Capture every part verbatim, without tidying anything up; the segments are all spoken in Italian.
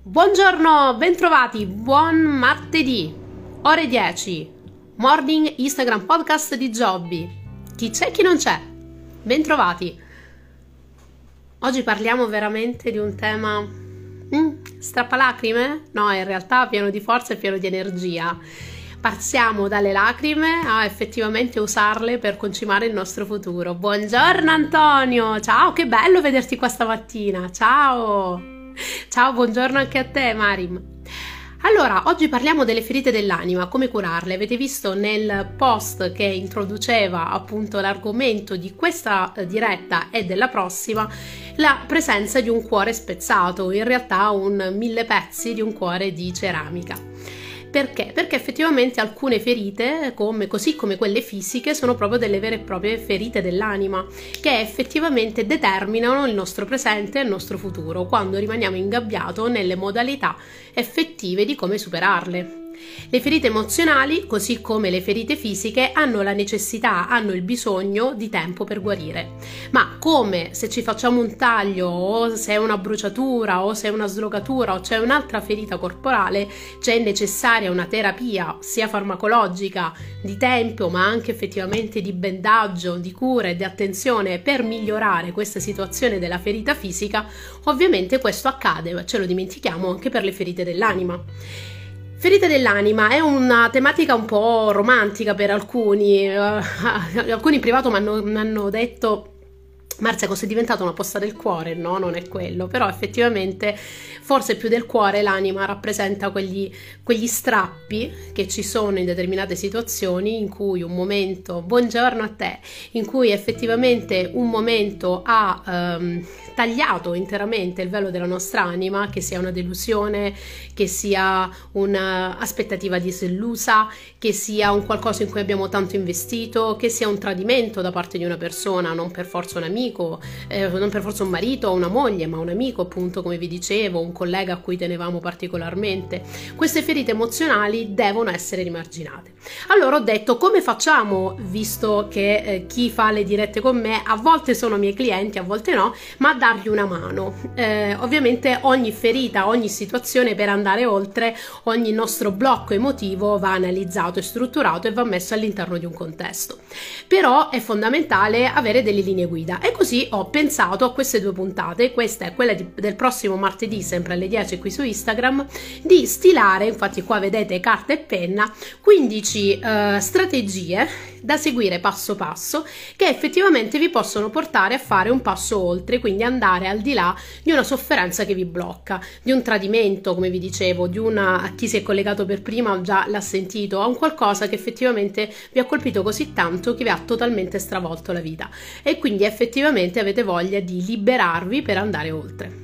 Buongiorno, bentrovati, buon martedì, ore dieci, morning Instagram podcast di Giobbi. Chi c'è, chi non c'è? Bentrovati. Oggi parliamo veramente di un tema mm, strappalacrime? No, in realtà pieno di forza e pieno di energia. Passiamo dalle lacrime a effettivamente usarle per concimare il nostro futuro. Buongiorno Antonio, ciao, che bello vederti qua stamattina, ciao! Ciao, buongiorno anche a te Marim. Allora, oggi parliamo delle ferite dell'anima, come curarle. Avete visto nel post che introduceva appunto l'argomento di questa diretta e della prossima la presenza di un cuore spezzato, in realtà un mille pezzi di un cuore di ceramica. Perché? Perché effettivamente alcune ferite, come, così come quelle fisiche, sono proprio delle vere e proprie ferite dell'anima, che effettivamente determinano il nostro presente e il nostro futuro, quando rimaniamo ingabbiati nelle modalità effettive di come superarle. Le ferite emozionali, così come le ferite fisiche, hanno la necessità, hanno il bisogno di tempo per guarire. Ma come se ci facciamo un taglio, o se è una bruciatura, o se è una slogatura, o c'è un'altra ferita corporale, c'è necessaria una terapia, sia farmacologica, di tempo, ma anche effettivamente di bendaggio, di cura e di attenzione per migliorare questa situazione della ferita fisica. Ovviamente questo accade, ce lo dimentichiamo, anche per le ferite dell'anima. Ferite dell'anima è una tematica un po' romantica per alcuni, uh, alcuni in privato mi hanno detto: Marzia, cos'è diventata una posta del cuore? No, non è quello, però effettivamente forse più del cuore l'anima rappresenta quegli, quegli strappi che ci sono in determinate situazioni in cui un momento, buongiorno a te, in cui effettivamente un momento ha um, tagliato interamente il velo della nostra anima, che sia una delusione, che sia un'aspettativa disillusa, che sia un qualcosa in cui abbiamo tanto investito, che sia un tradimento da parte di una persona, non per forza un amico, eh, non per forza un marito o una moglie, ma un amico, appunto, come vi dicevo, un collega a cui tenevamo particolarmente. Queste ferite emozionali devono essere rimarginate. Allora ho detto: come facciamo, visto che eh, chi fa le dirette con me a volte sono miei clienti, a volte no, ma dargli una mano. Eh, ovviamente ogni ferita, ogni situazione, per andare oltre, ogni nostro blocco emotivo va analizzato e strutturato e va messo all'interno di un contesto. Però è fondamentale avere delle linee guida, e così ho pensato a queste due puntate, questa è quella di, del prossimo martedì, sempre alle dieci qui su Instagram, di stilare, infatti qua vedete carta e penna, quindici eh, strategie da seguire passo passo, che effettivamente vi possono portare a fare un passo oltre, quindi andare al di là di una sofferenza che vi blocca, di un tradimento, come vi dicevo, di una, a chi si è collegato per prima già l'ha sentito, a un qualcosa che effettivamente vi ha colpito così tanto che vi ha totalmente stravolto la vita, e quindi effettivamente avete voglia di liberarvi per andare oltre.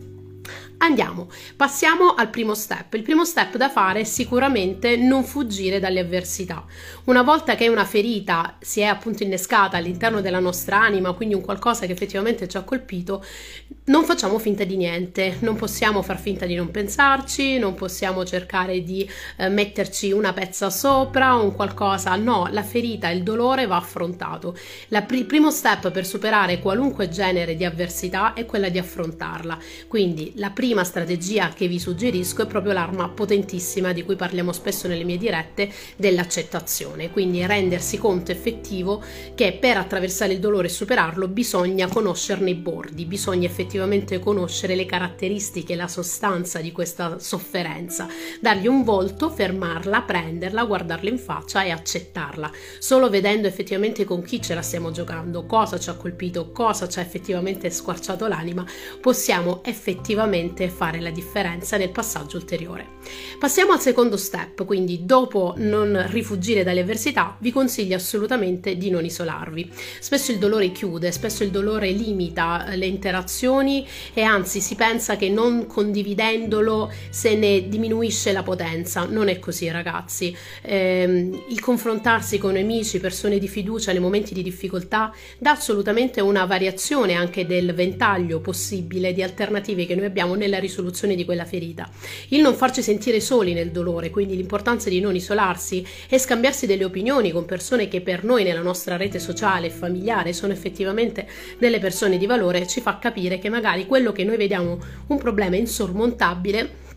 Andiamo, passiamo al primo step. Il primo step da fare è sicuramente non fuggire dalle avversità. Una volta che una ferita si è appunto innescata all'interno della nostra anima, quindi un qualcosa che effettivamente ci ha colpito, non facciamo finta di niente, non possiamo far finta di non pensarci, non possiamo cercare di eh, metterci una pezza sopra, un qualcosa, no, la ferita, il dolore va affrontato. Il pr- primo step per superare qualunque genere di avversità è quella di affrontarla, quindi la prima prima strategia che vi suggerisco è proprio l'arma potentissima di cui parliamo spesso nelle mie dirette, dell'accettazione. Quindi rendersi conto effettivo che per attraversare il dolore e superarlo bisogna conoscerne i bordi, bisogna effettivamente conoscere le caratteristiche, la sostanza di questa sofferenza, dargli un volto, fermarla, prenderla, guardarla in faccia e accettarla. Solo vedendo effettivamente con chi ce la stiamo giocando, cosa ci ha colpito, cosa ci ha effettivamente squarciato l'anima, possiamo effettivamente fare la differenza nel passaggio ulteriore. Passiamo al secondo step, quindi dopo non rifugire dalle avversità, vi consiglio assolutamente di non isolarvi. Spesso il dolore chiude, spesso il dolore limita le interazioni e anzi si pensa che non condividendolo se ne diminuisce la potenza. Non è così, ragazzi. Eh, il confrontarsi con amici, persone di fiducia nei momenti di difficoltà dà assolutamente una variazione anche del ventaglio possibile di alternative che noi abbiamo nella risoluzione di quella ferita. Il non farci sentire soli nel dolore, quindi l'importanza di non isolarsi e scambiarsi delle opinioni con persone che per noi nella nostra rete sociale e familiare sono effettivamente delle persone di valore, ci fa capire che magari quello che noi vediamo un problema insormontabile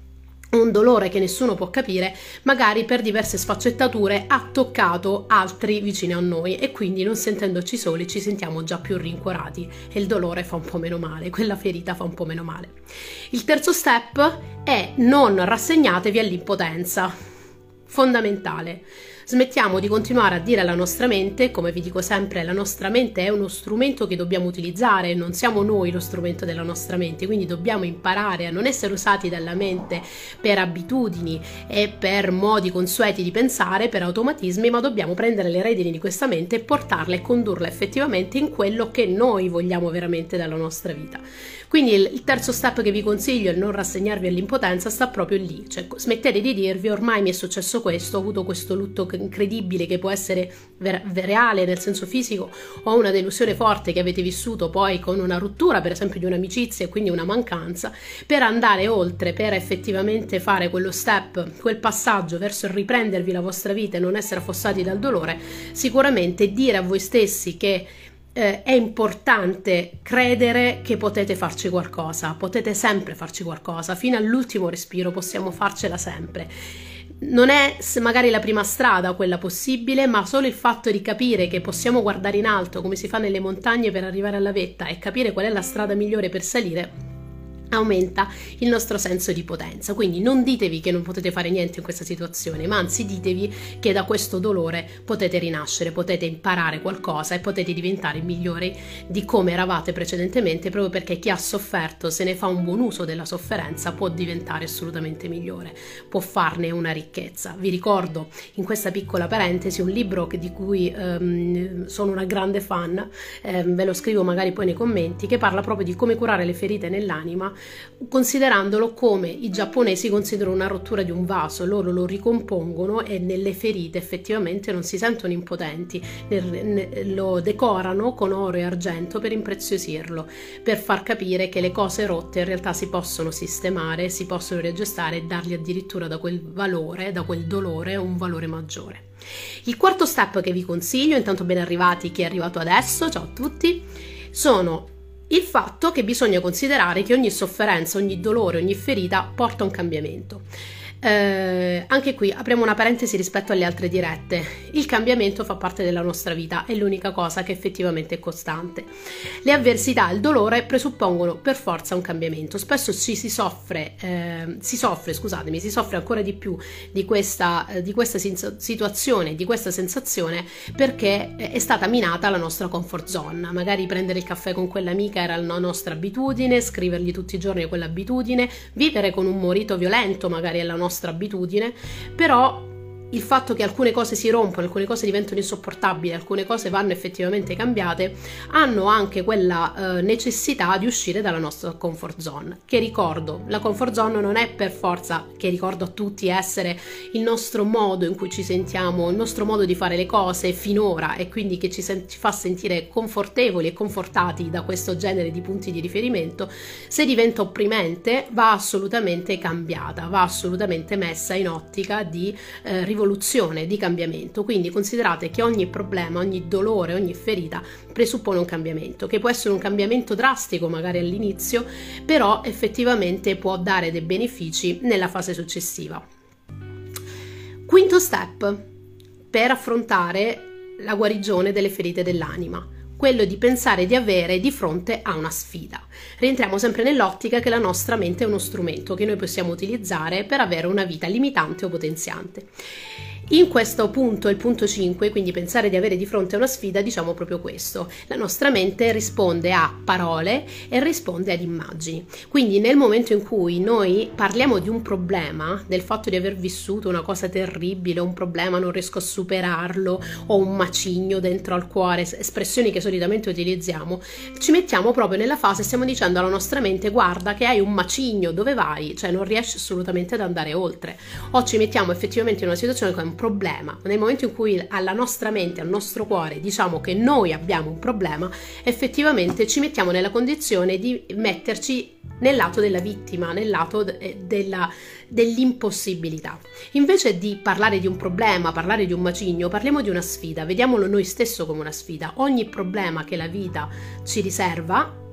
un dolore che nessuno può capire, magari per diverse sfaccettature ha toccato altri vicini a noi e quindi non sentendoci soli ci sentiamo già più rincuorati e il dolore fa un po' meno male, quella ferita fa un po' meno male. Il terzo step è: non rassegnatevi all'impotenza. Fondamentale. Smettiamo di continuare a dire alla nostra mente, come vi dico sempre, la nostra mente è uno strumento che dobbiamo utilizzare, non siamo noi lo strumento della nostra mente, quindi dobbiamo imparare a non essere usati dalla mente per abitudini e per modi consueti di pensare, per automatismi, ma dobbiamo prendere le redini di questa mente e portarla e condurla effettivamente in quello che noi vogliamo veramente dalla nostra vita. Quindi il terzo step che vi consiglio, il non rassegnarvi all'impotenza, sta proprio lì, cioè smettete di dirvi ormai mi è successo questo, ho avuto questo lutto incredibile che può essere ver- reale nel senso fisico, o una delusione forte che avete vissuto poi con una ruttura per esempio di un'amicizia e quindi una mancanza, per andare oltre, per effettivamente fare quello step, quel passaggio verso il riprendervi la vostra vita e non essere affossati dal dolore. Sicuramente dire a voi stessi che Eh, è importante credere che potete farci qualcosa, potete sempre farci qualcosa, fino all'ultimo respiro possiamo farcela sempre. Non è magari la prima strada quella possibile, ma solo il fatto di capire che possiamo guardare in alto come si fa nelle montagne per arrivare alla vetta e capire qual è la strada migliore per salire aumenta il nostro senso di potenza. Quindi non ditevi che non potete fare niente in questa situazione, ma anzi ditevi che da questo dolore potete rinascere, potete imparare qualcosa e potete diventare migliori di come eravate precedentemente, proprio perché chi ha sofferto, se ne fa un buon uso della sofferenza, può diventare assolutamente migliore, può farne una ricchezza. Vi ricordo in questa piccola parentesi un libro di cui ehm, sono una grande fan, ehm, ve lo scrivo magari poi nei commenti, che parla proprio di come curare le ferite nell'anima, considerandolo come i giapponesi considerano una rottura di un vaso. Loro lo ricompongono e nelle ferite effettivamente non si sentono impotenti, lo decorano con oro e argento per impreziosirlo, per far capire che le cose rotte in realtà si possono sistemare, si possono riaggiustare e dargli addirittura da quel valore, da quel dolore, un valore maggiore. Il quarto step che vi consiglio, intanto ben arrivati chi è arrivato adesso, ciao a tutti, sono il fatto che bisogna considerare che ogni sofferenza, ogni dolore, ogni ferita porta a un cambiamento. Eh, anche qui apriamo una parentesi rispetto alle altre dirette. Il cambiamento fa parte della nostra vita, è l'unica cosa che effettivamente è costante. Le avversità e il dolore presuppongono per forza un cambiamento. Spesso ci si soffre, eh, si soffre, scusatemi, si soffre ancora di più di questa, eh, di questa situazione, di questa sensazione, perché è stata minata la nostra comfort zone. Magari prendere il caffè con quell'amica era la nostra abitudine, scrivergli tutti i giorni quell'abitudine, vivere con un marito violento magari è la nostra nostra abitudine, però il fatto che alcune cose si rompono, alcune cose diventano insopportabili, alcune cose vanno effettivamente cambiate, hanno anche quella eh, necessità di uscire dalla nostra comfort zone, che ricordo, la comfort zone non è per forza, che ricordo a tutti, essere il nostro modo in cui ci sentiamo, il nostro modo di fare le cose finora, e quindi che ci, sen- ci fa sentire confortevoli e confortati da questo genere di punti di riferimento. Se diventa opprimente va assolutamente cambiata, va assolutamente messa in ottica di eh, rivoluzione, di cambiamento. Quindi considerate che ogni problema, ogni dolore, ogni ferita presuppone un cambiamento, che può essere un cambiamento drastico magari all'inizio, però effettivamente può dare dei benefici nella fase successiva. Quinto step per affrontare la guarigione delle ferite dell'anima: quello di pensare di avere di fronte a una sfida. Rientriamo sempre nell'ottica che la nostra mente è uno strumento che noi possiamo utilizzare per avere una vita limitante o potenziante. In questo punto, il punto cinque, quindi pensare di avere di fronte a una sfida, diciamo proprio questo. La nostra mente risponde a parole e risponde ad immagini. Quindi nel momento in cui noi parliamo di un problema, del fatto di aver vissuto una cosa terribile, un problema, non riesco a superarlo, o un macigno dentro al cuore, espressioni che solitamente utilizziamo, ci mettiamo proprio nella fase, stiamo dicendo alla nostra mente: guarda che hai un macigno, dove vai? Cioè non riesci assolutamente ad andare oltre. O ci mettiamo effettivamente in una situazione che è un problema. Nel momento in cui alla nostra mente, al nostro cuore diciamo che noi abbiamo un problema, effettivamente ci mettiamo nella condizione di metterci nel lato della vittima, nel lato de- della, dell'impossibilità. Invece di parlare di un problema, parlare di un macigno, parliamo di una sfida, vediamolo noi stesso come una sfida. Ogni problema che la vita ci riserva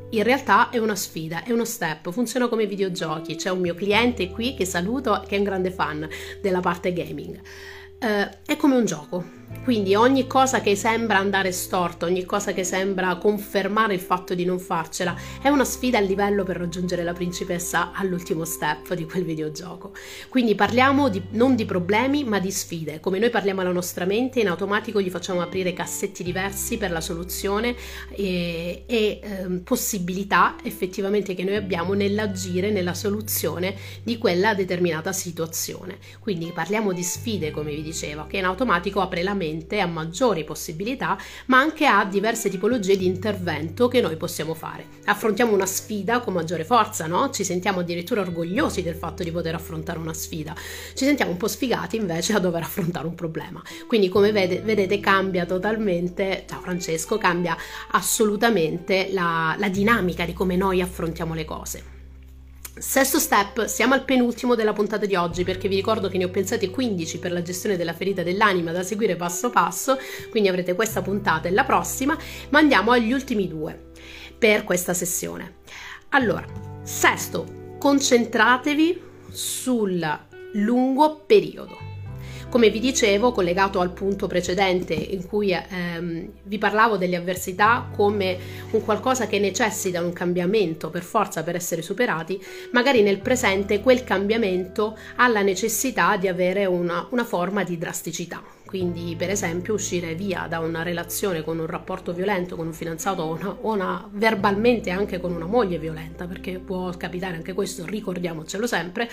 in realtà è una sfida, è uno step, funziona come videogiochi. C'è un mio cliente qui che saluto, che è un grande fan della parte gaming. Uh, è come un gioco, quindi ogni cosa che sembra andare storta, ogni cosa che sembra confermare il fatto di non farcela è una sfida a livello per raggiungere la principessa all'ultimo step di quel videogioco. Quindi parliamo di, non di problemi ma di sfide. Come noi parliamo alla nostra mente, in automatico gli facciamo aprire cassetti diversi per la soluzione e, e eh, possibilità effettivamente che noi abbiamo nell'agire nella soluzione di quella determinata situazione. Quindi parliamo di sfide, come vi dicevo, che in automatico apre la mente a maggiori possibilità, ma anche a diverse tipologie di intervento che noi possiamo fare. Affrontiamo una sfida con maggiore forza, no? Ci sentiamo addirittura orgogliosi del fatto di poter affrontare una sfida. Ci sentiamo un po' sfigati invece a dover affrontare un problema. Quindi, come vede, vedete, cambia totalmente, ciao Francesco, cambia assolutamente la, la dinamica di come noi affrontiamo le cose. Sesto step, siamo al penultimo della puntata di oggi, perché vi ricordo che ne ho pensate quindici per la gestione della ferita dell'anima da seguire passo passo, quindi avrete questa puntata e la prossima, ma andiamo agli ultimi due per questa sessione. Allora, sesto, concentratevi sul lungo periodo. Come vi dicevo, collegato al punto precedente in cui ehm, vi parlavo delle avversità come un qualcosa che necessita un cambiamento per forza per essere superati, magari nel presente quel cambiamento ha la necessità di avere una, una forma di drasticità. Quindi, per esempio, uscire via da una relazione con un rapporto violento con un fidanzato o una, o una verbalmente anche con una moglie violenta, perché può capitare anche questo, ricordiamocelo sempre,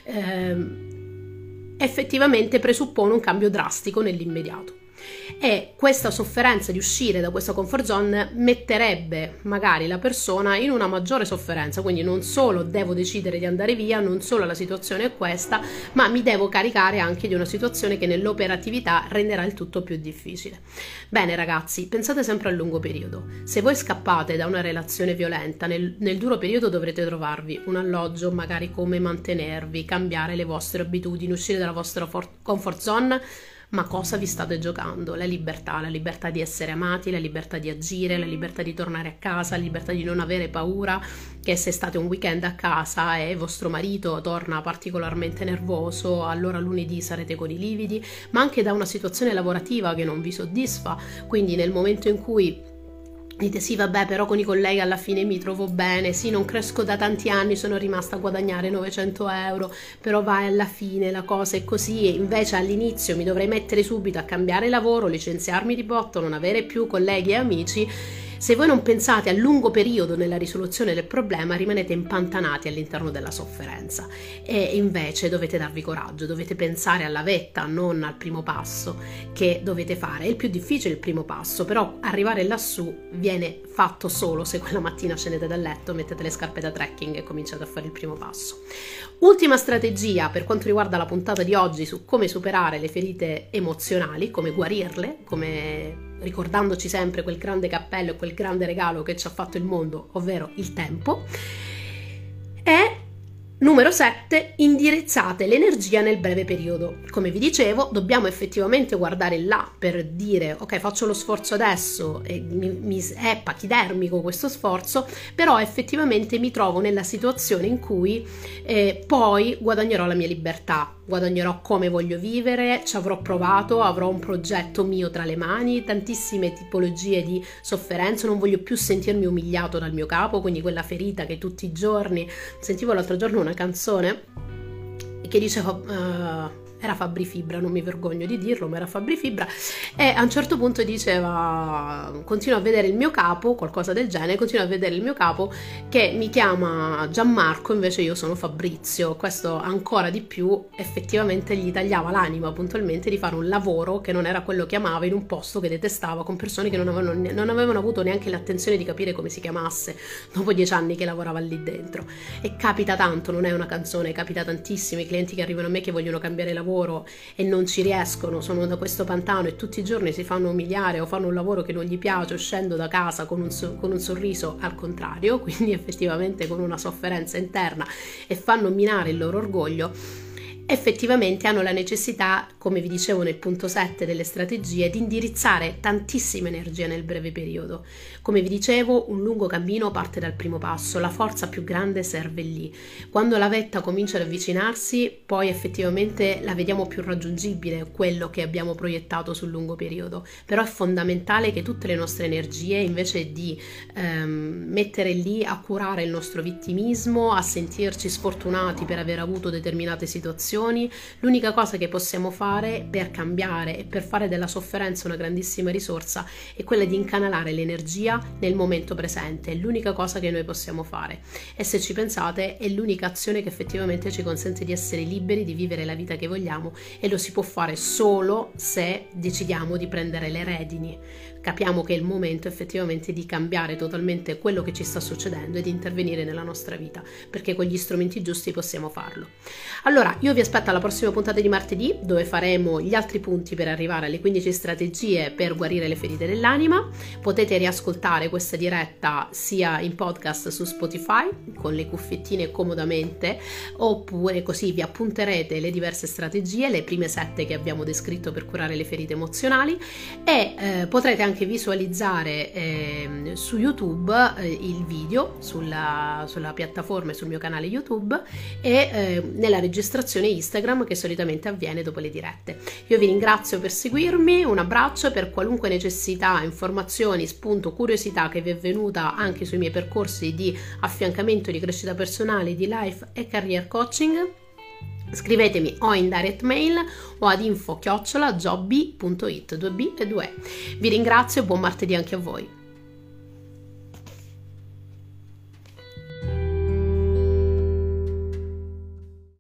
ehm, effettivamente presuppone un cambio drastico nell'immediato. E questa sofferenza di uscire da questa comfort zone metterebbe magari la persona in una maggiore sofferenza, quindi non solo devo decidere di andare via, non solo la situazione è questa, ma mi devo caricare anche di una situazione che nell'operatività renderà il tutto più difficile. Bene ragazzi, pensate sempre al lungo periodo. Se voi scappate da una relazione violenta, nel, nel duro periodo dovrete trovarvi un alloggio, magari come mantenervi, cambiare le vostre abitudini, uscire dalla vostra for- comfort zone. Ma cosa vi state giocando? La libertà, la libertà di essere amati, la libertà di agire, la libertà di tornare a casa, la libertà di non avere paura che se state un weekend a casa e vostro marito torna particolarmente nervoso, allora lunedì sarete con i lividi, ma anche da una situazione lavorativa che non vi soddisfa, quindi nel momento in cui dite sì vabbè però con i colleghi alla fine mi trovo bene, sì non cresco da tanti anni, sono rimasta a guadagnare novecento euro, però vai alla fine la cosa è così e invece all'inizio mi dovrei mettere subito a cambiare lavoro, licenziarmi di botto, non avere più colleghi e amici. Se voi non pensate a lungo periodo nella risoluzione del problema, rimanete impantanati all'interno della sofferenza e invece dovete darvi coraggio, dovete pensare alla vetta, non al primo passo che dovete fare. È il più difficile il primo passo, però arrivare lassù viene fatto solo se quella mattina scendete dal letto, mettete le scarpe da trekking e cominciate a fare il primo passo. Ultima strategia per quanto riguarda la puntata di oggi su come superare le ferite emozionali, come guarirle, come ricordandoci sempre quel grande cappello e quel grande regalo che ci ha fatto il mondo, ovvero il tempo. E numero sette, indirizzate l'energia nel breve periodo. Come vi dicevo, dobbiamo effettivamente guardare là per dire ok, faccio lo sforzo adesso e mi, mi è pachidermico questo sforzo, però effettivamente mi trovo nella situazione in cui eh, poi guadagnerò la mia libertà, guadagnerò come voglio vivere, ci avrò provato, avrò un progetto mio tra le mani, tantissime tipologie di sofferenza, non voglio più sentirmi umiliato dal mio capo, quindi quella ferita che tutti i giorni, sentivo l'altro giorno una canzone che diceva uh, era Fabri Fibra, non mi vergogno di dirlo, ma era Fabri Fibra, e a un certo punto diceva continuo a vedere il mio capo, qualcosa del genere, continuo a vedere il mio capo che mi chiama Gianmarco, invece io sono Fabrizio. Questo ancora di più effettivamente gli tagliava l'anima puntualmente di fare un lavoro che non era quello che amava in un posto che detestava, con persone che non avevano, non avevano avuto neanche l'attenzione di capire come si chiamasse dopo dieci anni che lavorava lì dentro. E capita tanto, non è una canzone, capita tantissimo, i clienti che arrivano a me che vogliono cambiare lavoro e non ci riescono, sono da questo pantano e tutti i giorni si fanno umiliare o fanno un lavoro che non gli piace, uscendo da casa con un, so- con un sorriso al contrario, quindi effettivamente con una sofferenza interna, e fanno minare il loro orgoglio. effettivamente hanno la necessità, come vi dicevo nel punto sette delle strategie, di indirizzare tantissima energia nel breve periodo. Come vi dicevo, un lungo cammino parte dal primo passo, la forza più grande serve lì. Quando la vetta comincia ad avvicinarsi, poi effettivamente la vediamo più raggiungibile, quello che abbiamo proiettato sul lungo periodo. Però è fondamentale che tutte le nostre energie, invece di ehm, mettere lì a curare il nostro vittimismo, a sentirci sfortunati per aver avuto determinate situazioni, l'unica cosa che possiamo fare per cambiare e per fare della sofferenza una grandissima risorsa è quella di incanalare l'energia nel momento presente. È l'unica cosa che noi possiamo fare, e se ci pensate è l'unica azione che effettivamente ci consente di essere liberi di vivere la vita che vogliamo, e lo si può fare solo se decidiamo di prendere le redini, capiamo che è il momento effettivamente di cambiare totalmente quello che ci sta succedendo e di intervenire nella nostra vita, perché con gli strumenti giusti possiamo farlo. Allora io vi aspetto alla prossima puntata di martedì, dove faremo gli altri punti per arrivare alle quindici strategie per guarire le ferite dell'anima. Potete riascoltare questa diretta sia in podcast su Spotify con le cuffiettine comodamente, oppure così vi appunterete le diverse strategie, le prime sette che abbiamo descritto per curare le ferite emozionali, e eh, potrete anche visualizzare eh, su YouTube eh, il video sulla, sulla piattaforma e sul mio canale YouTube, e eh, nella registrazione Instagram che solitamente avviene dopo le dirette. Io vi ringrazio per seguirmi, un abbraccio. Per qualunque necessità, informazioni, spunto, curiosità che vi è venuta anche sui miei percorsi di affiancamento, di crescita personale, di life e career coaching, scrivetemi o in direct mail o ad info chiocciola jobby punto it, due b e due e. Vi ringrazio e buon martedì anche a voi.